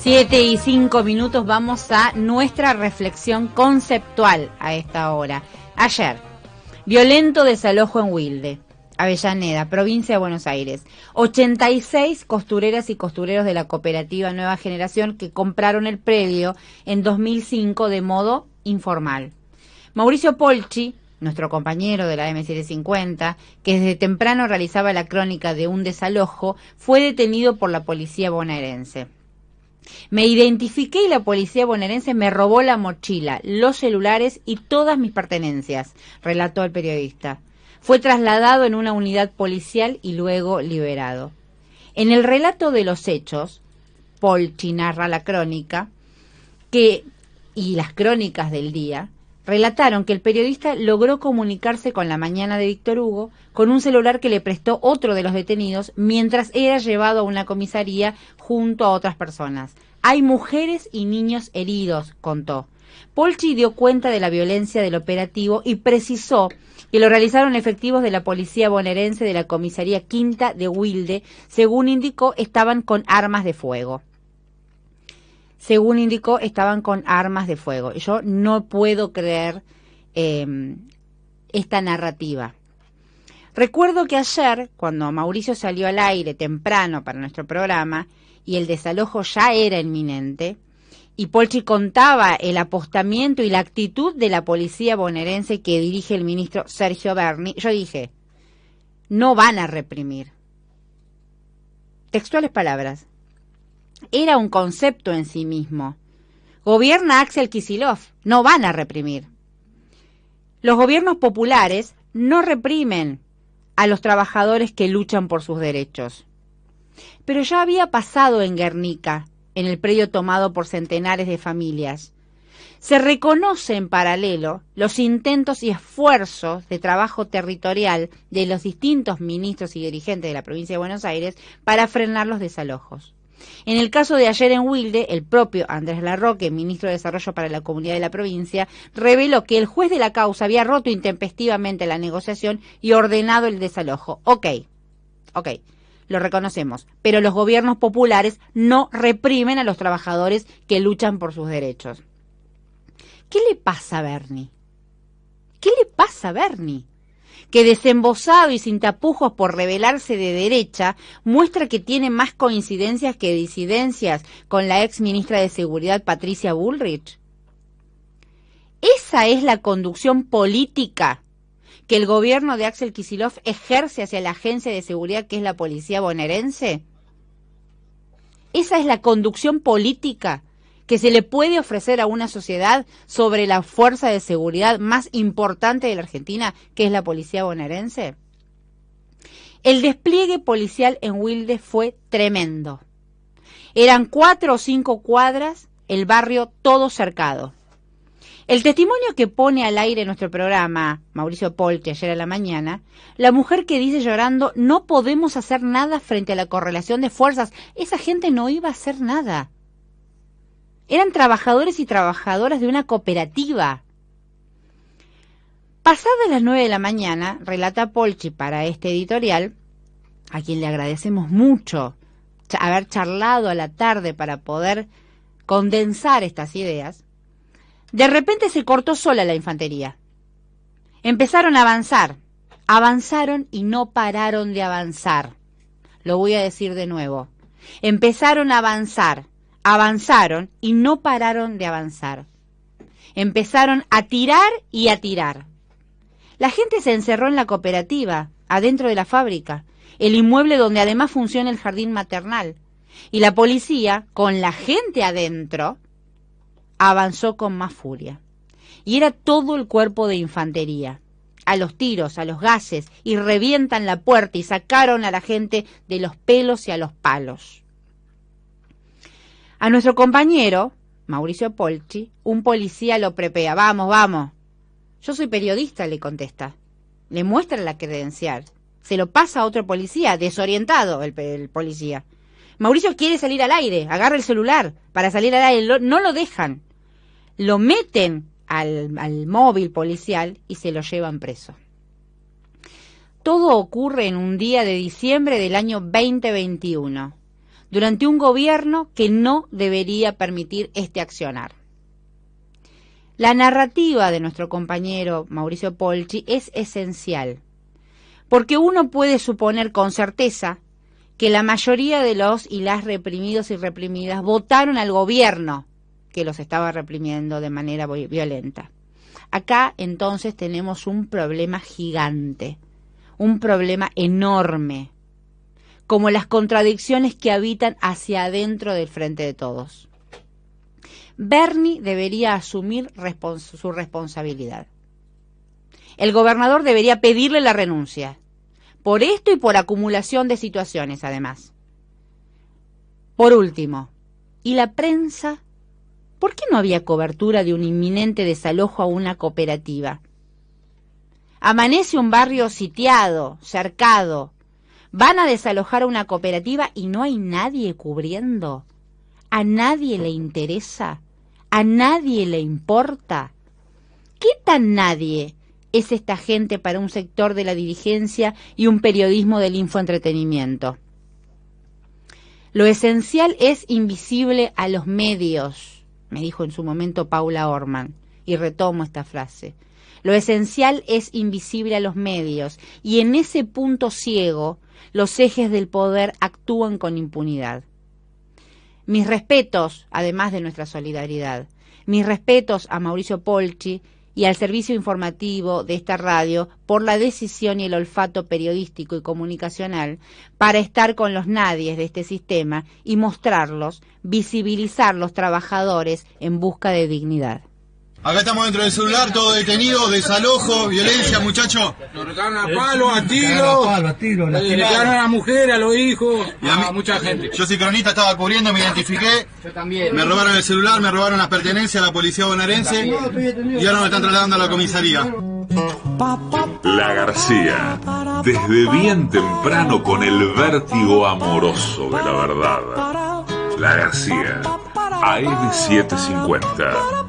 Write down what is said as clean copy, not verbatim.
7:05, vamos a nuestra reflexión conceptual a esta hora. Ayer, violento desalojo en Wilde, Avellaneda, provincia de Buenos Aires. 86 costureras y costureros de la cooperativa Nueva Generación que compraron el predio en 2005 de modo informal. Mauricio Polchi, nuestro compañero de la M750, que desde temprano realizaba la crónica de un desalojo, fue detenido por la policía bonaerense. Me identifiqué y la policía bonaerense me robó la mochila, los celulares y todas mis pertenencias, relató el periodista. Fue trasladado en una unidad policial y luego liberado. En el relato de los hechos, Polchi narra la crónica y las crónicas del día relataron que el periodista logró comunicarse con la mañana de Víctor Hugo con un celular que le prestó otro de los detenidos mientras era llevado a una comisaría junto a otras personas. Hay mujeres y niños heridos, contó. Polchi dio cuenta de la violencia del operativo y precisó que lo realizaron efectivos de la policía bonaerense de la comisaría Quinta de Wilde. Según indicó, estaban con armas de fuego. Yo no puedo creer esta narrativa. Recuerdo que ayer, cuando Mauricio salió al aire temprano para nuestro programa y el desalojo ya era inminente, y Polchi contaba el apostamiento y la actitud de la policía bonaerense que dirige el ministro Sergio Berni, yo dije, no van a reprimir. Textuales palabras. Era un concepto en sí mismo. Gobierna Axel Kicillof, no van a reprimir. Los gobiernos populares no reprimen a los trabajadores que luchan por sus derechos. Pero ya había pasado en Guernica, en el predio tomado por centenares de familias. Se reconoce en paralelo los intentos y esfuerzos de trabajo territorial de los distintos ministros y dirigentes de la provincia de Buenos Aires para frenar los desalojos. En el caso de ayer en Wilde, el propio Andrés Larroque, ministro de Desarrollo para la Comunidad de la provincia, reveló que el juez de la causa había roto intempestivamente la negociación y ordenado el desalojo. Ok, lo reconocemos, pero los gobiernos populares no reprimen a los trabajadores que luchan por sus derechos. ¿Qué le pasa a Berni? Que desembosado y sin tapujos por revelarse de derecha, muestra que tiene más coincidencias que disidencias con la ex ministra de Seguridad Patricia Bullrich. ¿Esa es la conducción política que el gobierno de Axel Kicillof ejerce hacia la agencia de seguridad que es la policía bonaerense? ¿Esa es la conducción política que se le puede ofrecer a una sociedad sobre la fuerza de seguridad más importante de la Argentina, que es la policía bonaerense? El despliegue policial en Wilde fue tremendo. Eran 4 o 5 cuadras, el barrio todo cercado. El testimonio que pone al aire nuestro programa, Mauricio Polchi, ayer a la mañana, la mujer que dice llorando, no podemos hacer nada frente a la correlación de fuerzas. Esa gente no iba a hacer nada. Eran trabajadores y trabajadoras de una cooperativa. Pasadas las 9 de la mañana, relata Polchi para este editorial, a quien le agradecemos mucho haber charlado a la tarde para poder condensar estas ideas, de repente se cortó sola la infantería. Empezaron a avanzar, avanzaron y no pararon de avanzar. Lo voy a decir de nuevo. Empezaron a avanzar, avanzaron y no pararon de avanzar. Empezaron a tirar y a tirar. La gente se encerró en la cooperativa, adentro de la fábrica, el inmueble donde además funciona el jardín maternal. Y la policía, con la gente adentro, avanzó con más furia. Y era todo el cuerpo de infantería, a los tiros, a los gases, y revientan la puerta y sacaron a la gente de los pelos y a los palos. A nuestro compañero, Mauricio Polchi, un policía lo prepea. Vamos, vamos. Yo soy periodista, le contesta. Le muestra la credencial. Se lo pasa a otro policía, desorientado el policía. Mauricio quiere salir al aire, agarra el celular para salir al aire, no lo dejan. Lo meten al móvil policial y se lo llevan preso. Todo ocurre en un día de diciembre del año 2021. durante un gobierno que no debería permitir este accionar. La narrativa de nuestro compañero Mauricio Polchi es esencial, porque uno puede suponer con certeza que la mayoría de los y las reprimidos y reprimidas votaron al gobierno que los estaba reprimiendo de manera violenta. Acá entonces tenemos un problema gigante, un problema enorme, como las contradicciones que habitan hacia adentro del Frente de Todos. Bernie debería asumir su responsabilidad. El gobernador debería pedirle la renuncia, por esto y por acumulación de situaciones, además. Por último, ¿y la prensa? ¿Por qué no había cobertura de un inminente desalojo a una cooperativa? Amanece un barrio sitiado, cercado. Van a desalojar a una cooperativa y no hay nadie cubriendo. ¿A nadie le interesa? ¿A nadie le importa? ¿Qué tan nadie es esta gente para un sector de la dirigencia y un periodismo del infoentretenimiento? Lo esencial es invisible a los medios, me dijo en su momento Paula Orman, y retomo esta frase. Lo esencial es invisible a los medios, y en ese punto ciego, los ejes del poder actúan con impunidad. Mis respetos, además de nuestra solidaridad, mis respetos a Mauricio Polchi y al servicio informativo de esta radio por la decisión y el olfato periodístico y comunicacional para estar con los nadies de este sistema y mostrarlos, visibilizar los trabajadores en busca de dignidad. Acá estamos dentro del celular, todo detenido, desalojo, violencia, muchachos. Nos regalan a palo, a tiro, le quedaron a la mujer, a los hijos, a mucha gente. Yo soy cronista, estaba cubriendo, me identifiqué. Yo también. Me robaron el celular, me robaron las pertenencias a la policía bonaerense y ahora me están trasladando a la comisaría. La García, desde bien temprano con el vértigo amoroso de la verdad. La García, AM750.